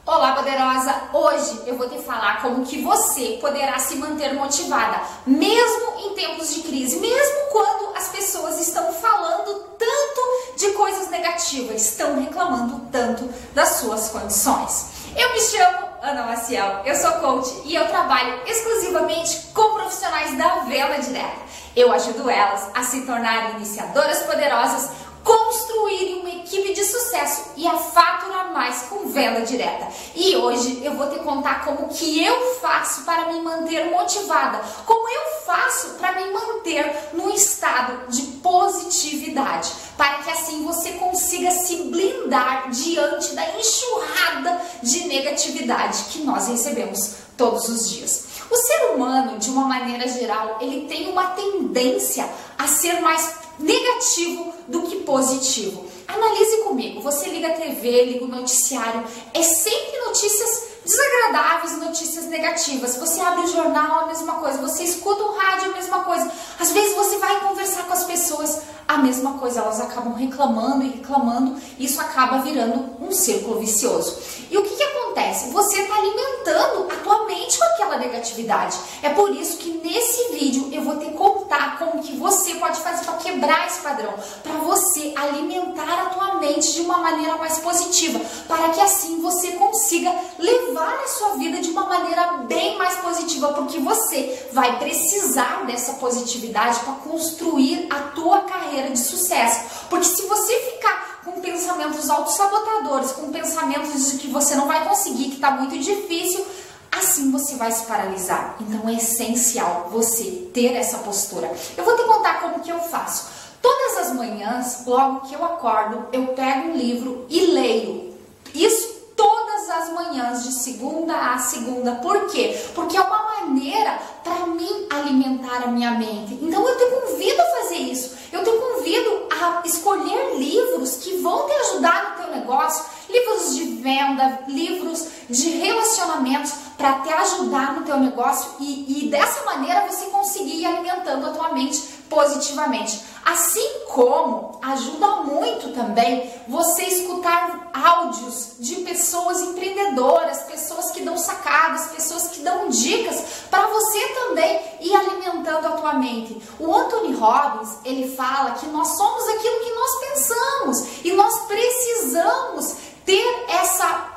Olá, poderosa! Hoje eu vou te falar como que você poderá se manter motivada, mesmo em tempos de crise, mesmo quando as pessoas estão falando tanto de coisas negativas, estão reclamando tanto das suas condições. Eu me chamo Ana Maciel, eu sou coach e eu trabalho exclusivamente com profissionais da venda direta. Eu ajudo elas a se tornarem iniciadoras poderosas, construírem uma equipe de sucesso e a faturar mais com venda direta. E hoje eu vou te contar como que eu faço para me manter motivada, como eu faço para me manter num estado de positividade, para que assim você consiga se blindar diante da enxurrada de negatividade que nós recebemos todos os dias. O ser humano, de uma maneira geral, ele tem uma tendência a ser mais negativo do que positivo. Analise comigo, você liga a TV, liga o noticiário, é sempre notícias desagradáveis, notícias negativas. Você abre o jornal, a mesma coisa, você escuta o rádio, a mesma coisa. Às vezes você vai conversar com as pessoas, a mesma coisa, elas acabam reclamando e reclamando, e isso acaba virando um círculo vicioso. E o que acontece? Você está alimentando a tua mente com aquela negatividade. É por isso que nesse vídeo eu vou te contar como que você pode fazer para quebrar esse padrão, para você alimentar a tua mente de uma maneira mais positiva, para que assim você consiga levar a sua vida de uma maneira bem mais positiva, porque você vai precisar dessa positividade para construir a tua carreira de sucesso. Porque se você ficar com pensamentos autossabotadores, com pensamentos de que você não vai conseguir, que está muito difícil, assim você vai se paralisar. Então é essencial você ter essa postura. Eu vou te contar como que eu faço. Todas as manhãs, logo que eu acordo, eu pego um livro e leio. Isso todas as manhãs, de segunda a segunda. Por quê? Porque é uma maneira para mim alimentar a minha mente. Então eu te convido a fazer isso. Eu te convido a escolher livros que vão te ajudar no teu negócio, livros de venda, livros de relacionamentos, para te ajudar no teu negócio e dessa maneira você conseguir ir alimentando a tua mente positivamente. Assim como ajuda muito também você escutar áudios de pessoas empreendedoras, pessoas que dão sacadas, pessoas que dão dicas para você também ir alimentando a tua mente. O Anthony Robbins, ele fala que nós somos aquilo que nós pensamos e nós precisamos ter essa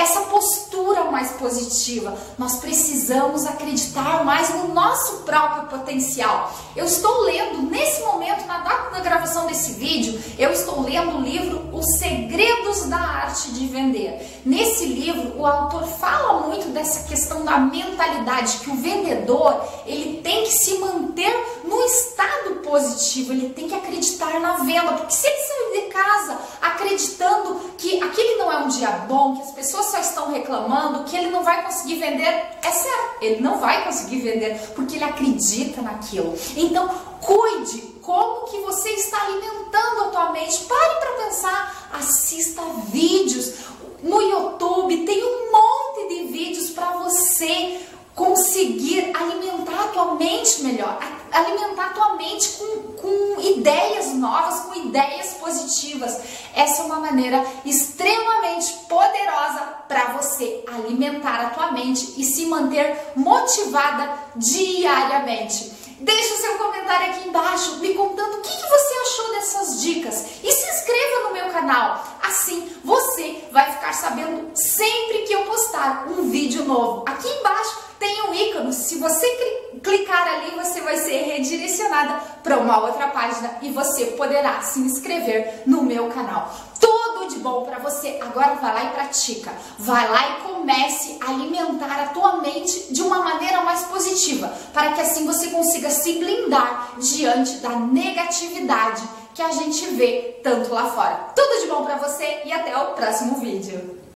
postura mais positiva. Nós precisamos acreditar mais no nosso próprio potencial. Eu estou lendo, nesse momento, na data da gravação desse vídeo, eu estou lendo o livro Os Segredos da Arte de Vender. Nesse livro, o autor fala muito dessa questão da mentalidade, que o vendedor, ele tem que se manter no estado positivo, ele tem que acreditar na venda, porque se ele sair de casa acreditando que aquele não é um dia bom, que as pessoas só estão reclamando, que ele não vai conseguir vender, é sério, ele não vai conseguir vender, porque ele acredita naquilo. Então, cuide como que você está alimentando a tua mente. Pare para pensar, assista vídeos no YouTube, tem um monte de vídeos para você conseguir alimentar a tua mente melhor, alimentar a tua mente com ideias novas, com ideias positivas. Essa é uma maneira extremamente poderosa para você alimentar a tua mente e se manter motivada diariamente. Deixe o seu comentário aqui embaixo me contando o que você achou dessas dicas e se inscreva no meu canal. Assim você vai ficar sabendo sempre que eu postar um vídeo novo. Aqui embaixo tem um ícone, se você clicar ali, você vai ser redirecionada para uma outra página e você poderá se inscrever no meu canal. Tudo de bom para você. Agora vai lá e pratica. Vai lá e comece a alimentar a tua mente de uma maneira mais positiva, para que assim você consiga se blindar diante da negatividade que a gente vê tanto lá fora. Tudo de bom para você e até o próximo vídeo.